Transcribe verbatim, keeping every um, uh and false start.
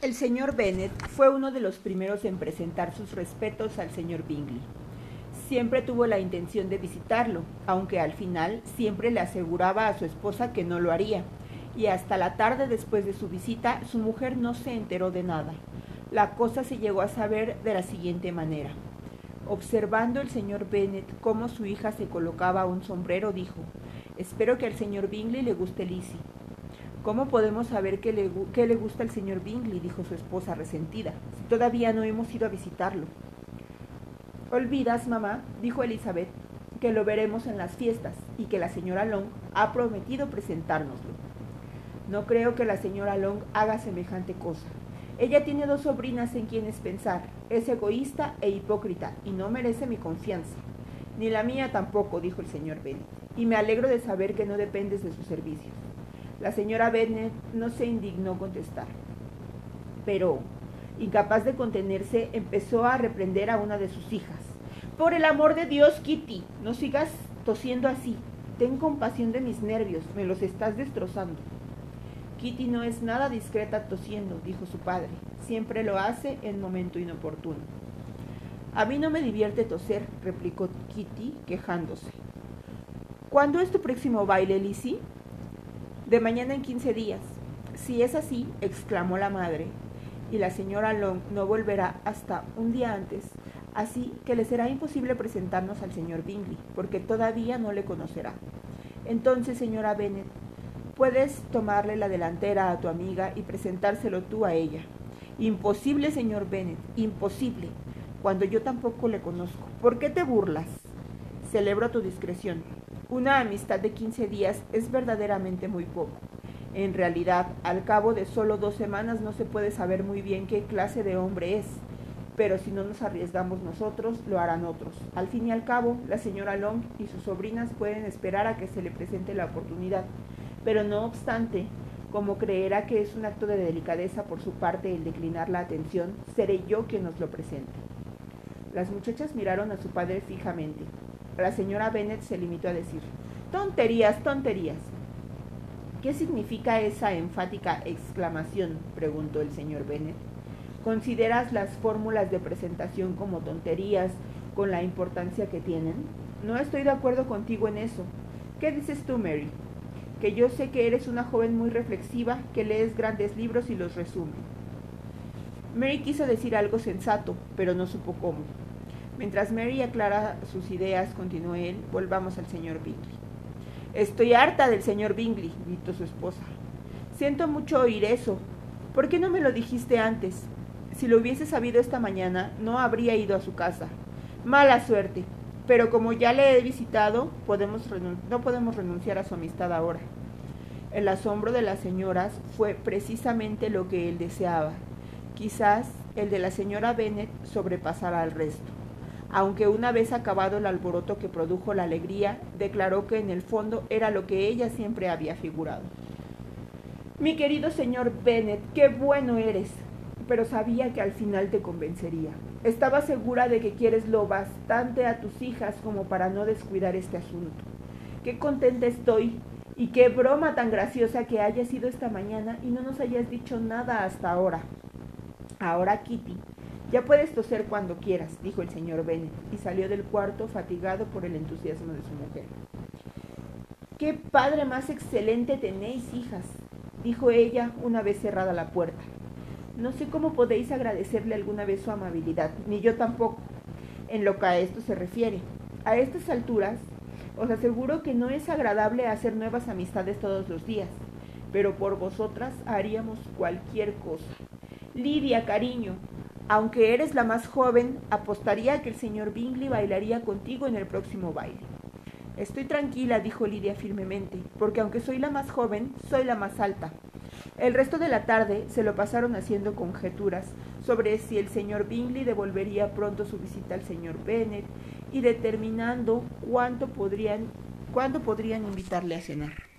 El señor Bennet fue uno de los primeros en presentar sus respetos al señor Bingley. Siempre tuvo la intención de visitarlo, aunque al final siempre le aseguraba a su esposa que no lo haría, y hasta la tarde después de su visita su mujer no se enteró de nada. La cosa se llegó a saber de la siguiente manera. Observando el señor Bennet cómo su hija se colocaba un sombrero, dijo: «Espero que al señor Bingley le guste Lizzie». «¿Cómo podemos saber qué le, qué le gusta al señor Bingley?», dijo su esposa resentida, «si todavía no hemos ido a visitarlo». «Olvidas, mamá», dijo Elizabeth, «que lo veremos en las fiestas y que la señora Long ha prometido presentárnoslo». «No creo que la señora Long haga semejante cosa. Ella tiene dos sobrinas en quienes pensar, es egoísta e hipócrita y no merece mi confianza». «Ni la mía tampoco», dijo el señor Bennet, «y me alegro de saber que no dependes de sus servicios». La señora Bennet no se indignó contestar, pero, incapaz de contenerse, empezó a reprender a una de sus hijas. «Por el amor de Dios, Kitty, no sigas tosiendo así. Ten compasión de mis nervios, me los estás destrozando». «Kitty no es nada discreta tosiendo», dijo su padre. «Siempre lo hace en momento inoportuno». «A mí no me divierte toser», replicó Kitty, quejándose. «¿Cuándo es tu próximo baile, Lizzie?» «De mañana en quince días». «Si es así», exclamó la madre, «y la señora Long no volverá hasta un día antes, así que le será imposible presentarnos al señor Bingley, porque todavía no le conocerá. Entonces, señora Bennet, puedes tomarle la delantera a tu amiga y presentárselo tú a ella». «Imposible, señor Bennet, imposible, cuando yo tampoco le conozco». «¿Por qué te burlas?». «Celebro tu discreción. Una amistad de quince días es verdaderamente muy poco. En realidad, al cabo de solo dos semanas no se puede saber muy bien qué clase de hombre es, pero si no nos arriesgamos nosotros, lo harán otros. Al fin y al cabo, la señora Long y sus sobrinas pueden esperar a que se le presente la oportunidad, pero no obstante, como creerá que es un acto de delicadeza por su parte el declinar la atención, seré yo quien nos lo presente». Las muchachas miraron a su padre fijamente. La señora Bennet se limitó a decir: «Tonterías, tonterías». «¿Qué significa esa enfática exclamación?», preguntó el señor Bennet. «¿Consideras las fórmulas de presentación como tonterías con la importancia que tienen?». «No estoy de acuerdo contigo en eso». «¿Qué dices tú, Mary?». «Que yo sé que eres una joven muy reflexiva, que lees grandes libros y los resume». Mary quiso decir algo sensato, pero no supo cómo. «Mientras Mary aclara sus ideas», continuó él, «volvamos al señor Bingley». «Estoy harta del señor Bingley», gritó su esposa. «Siento mucho oír eso. ¿Por qué no me lo dijiste antes? Si lo hubiese sabido esta mañana, no habría ido a su casa. Mala suerte. Pero como ya le he visitado, podemos no podemos renunciar a su amistad ahora». El asombro de las señoras fue precisamente lo que él deseaba. Quizás el de la señora Bennet sobrepasara al resto. Aunque una vez acabado el alboroto que produjo la alegría, declaró que en el fondo era lo que ella siempre había figurado. «Mi querido señor Bennet, qué bueno eres», pero sabía que al final te convencería. «Estaba segura de que quieres lo bastante a tus hijas como para no descuidar este asunto. Qué contenta estoy, y qué broma tan graciosa que hayas sido esta mañana y no nos hayas dicho nada hasta ahora». «Ahora, Kitty, ya puedes toser cuando quieras», dijo el señor Bennet, y salió del cuarto fatigado por el entusiasmo de su mujer. «Qué padre más excelente tenéis, hijas», dijo ella una vez cerrada la puerta. «No sé cómo podéis agradecerle alguna vez su amabilidad, ni yo tampoco, en lo que a esto se refiere. A estas alturas, os aseguro que no es agradable hacer nuevas amistades todos los días, pero por vosotras haríamos cualquier cosa. Lidia, cariño, aunque eres la más joven, apostaría a que el señor Bingley bailaría contigo en el próximo baile». «Estoy tranquila», dijo Lidia firmemente, «porque aunque soy la más joven, soy la más alta». El resto de la tarde se lo pasaron haciendo conjeturas sobre si el señor Bingley devolvería pronto su visita al señor Bennet y determinando cuánto podrían, cuándo podrían invitarle a cenar.